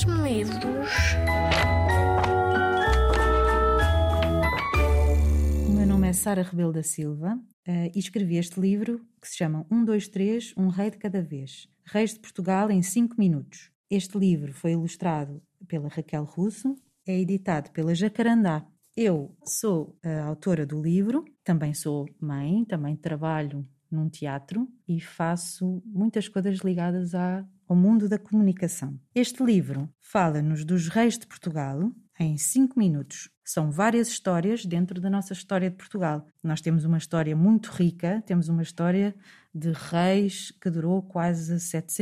livros. O meu nome é Sara Rebelo da Silva e escrevi este livro que se chama 1, 2, 3, Um Rei de Cada Vez. Reis de Portugal em 5 minutos. Este livro foi ilustrado pela Raquel Russo, é editado pela Jacarandá. Eu sou a autora do livro, também sou mãe, também trabalho num teatro e faço muitas coisas ligadas ao mundo da comunicação. Este livro fala-nos dos reis de Portugal em 5 minutos. São várias histórias dentro da nossa história de Portugal. Nós temos uma história muito rica, temos uma história de reis que durou quase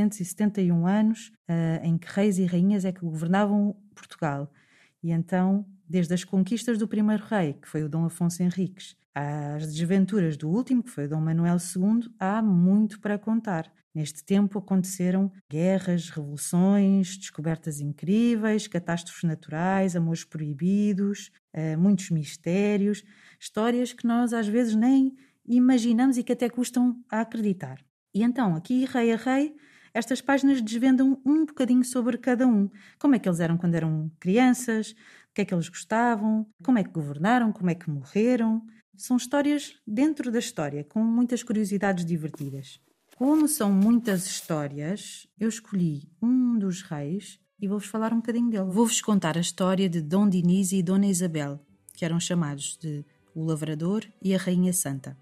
771 anos, em que reis e rainhas é que governavam Portugal. E então, desde as conquistas do primeiro rei, que foi o Dom Afonso Henriques, às desventuras do último, que foi o Dom Manuel II, há muito para contar. Neste tempo aconteceram guerras, revoluções, descobertas incríveis, catástrofes naturais, amores proibidos, muitos mistérios, histórias que nós às vezes nem imaginamos e que até custam a acreditar. E então, aqui, rei a rei, estas páginas desvendam um bocadinho sobre cada um. Como é que eles eram quando eram crianças, o que é que eles gostavam, como é que governaram, como é que morreram. São histórias dentro da história, com muitas curiosidades divertidas. Como são muitas histórias, eu escolhi um dos reis e vou-vos falar um bocadinho dele. Vou-vos contar a história de Dom Dinis e Dona Isabel, que eram chamados de o Lavrador e a Rainha Santa.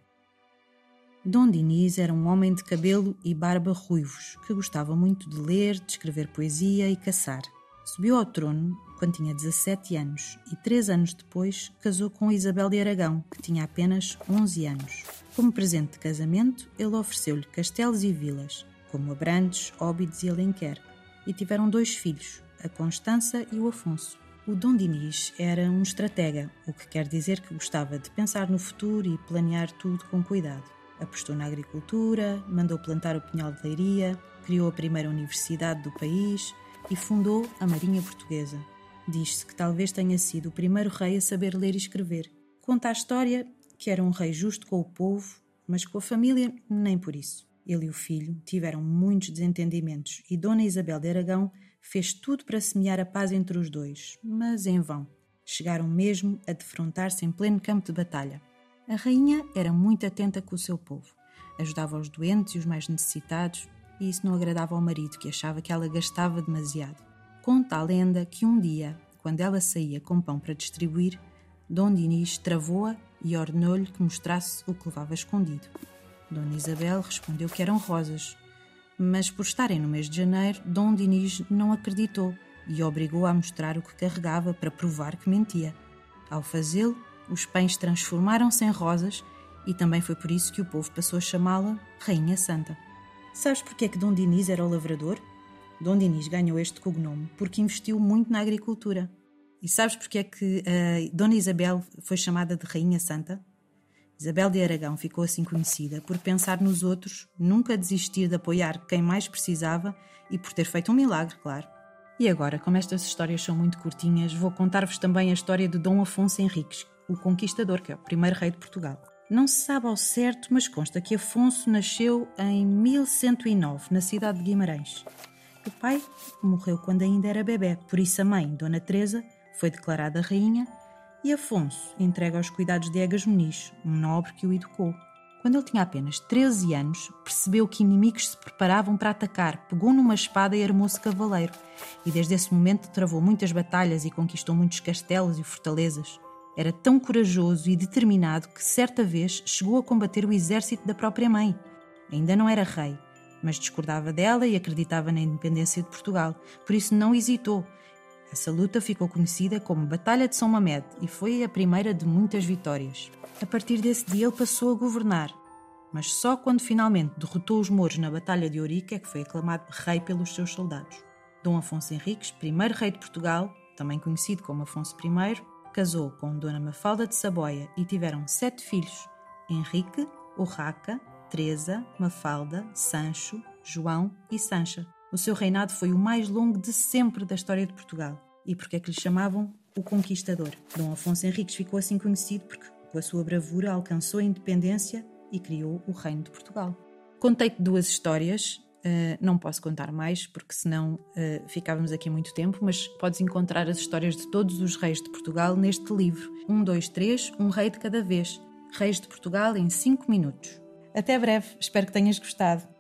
Dom Dinis era um homem de cabelo e barba ruivos, que gostava muito de ler, de escrever poesia e caçar. Subiu ao trono quando tinha 17 anos e 3 anos depois casou com Isabel de Aragão, que tinha apenas 11 anos. Como presente de casamento, ele ofereceu-lhe castelos e vilas, como Abrantes, Óbidos e Alenquer, e tiveram 2 filhos, a Constança e o Afonso. O Dom Dinis era um estratega, o que quer dizer que gostava de pensar no futuro e planear tudo com cuidado. Apostou na agricultura, mandou plantar o Pinhal de Leiria, criou a primeira universidade do país e fundou a Marinha Portuguesa. Diz-se que talvez tenha sido o primeiro rei a saber ler e escrever. Conta a história que era um rei justo com o povo, mas com a família nem por isso. Ele e o filho tiveram muitos desentendimentos e Dona Isabel de Aragão fez tudo para semear a paz entre os dois, mas em vão. Chegaram mesmo a defrontar-se em pleno campo de batalha. A rainha era muito atenta com o seu povo. Ajudava os doentes e os mais necessitados, e isso não agradava ao marido, que achava que ela gastava demasiado. Conta a lenda que um dia, quando ela saía com pão para distribuir, Dom Dinis travou-a e ordenou-lhe que mostrasse o que levava escondido. Dona Isabel respondeu que eram rosas, mas por estarem no mês de janeiro, Dom Dinis não acreditou e obrigou-a a mostrar o que carregava para provar que mentia. Ao fazê-lo, os pães transformaram-se em rosas e também foi por isso que o povo passou a chamá-la Rainha Santa. Sabes porquê que Dom Dinis era o lavrador? Dom Dinis ganhou este cognome porque investiu muito na agricultura. E sabes porquê é que Dona Isabel foi chamada de Rainha Santa? Isabel de Aragão ficou assim conhecida por pensar nos outros, nunca desistir de apoiar quem mais precisava e por ter feito um milagre, claro. E agora, como estas histórias são muito curtinhas, vou contar-vos também a história de Dom Afonso Henriques, o Conquistador, que é o primeiro rei de Portugal. Não se sabe ao certo, mas consta que Afonso nasceu em 1109, na cidade de Guimarães. O pai morreu quando ainda era bebé, por isso a mãe, Dona Teresa, foi declarada rainha e Afonso entregue aos cuidados de Egas Muniz, um nobre que o educou. Quando ele tinha apenas 13 anos, percebeu que inimigos se preparavam para atacar, pegou numa espada e armou-se cavaleiro. E desde esse momento travou muitas batalhas e conquistou muitos castelos e fortalezas. Era tão corajoso e determinado que certa vez chegou a combater o exército da própria mãe. Ainda não era rei, mas discordava dela e acreditava na independência de Portugal. Por isso não hesitou. Essa luta ficou conhecida como Batalha de São Mamede e foi a primeira de muitas vitórias. A partir desse dia ele passou a governar, mas só quando finalmente derrotou os mouros na Batalha de Ourique é que foi aclamado rei pelos seus soldados. Dom Afonso Henriques, primeiro rei de Portugal, também conhecido como Afonso I, casou com Dona Mafalda de Saboia e tiveram 7 filhos: Henrique, Urraca, Teresa, Mafalda, Sancho, João e Sancha. O seu reinado foi o mais longo de sempre da história de Portugal. E porque é que lhe chamavam o Conquistador? Dom Afonso Henriques ficou assim conhecido porque, com a sua bravura, alcançou a independência e criou o Reino de Portugal. Contei-te 2 histórias Não posso contar mais, porque senão ficávamos aqui muito tempo, mas podes encontrar as histórias de todos os reis de Portugal neste livro. 1, 2, 3, um rei de cada vez. Reis de Portugal em 5 minutos. Até breve, espero que tenhas gostado.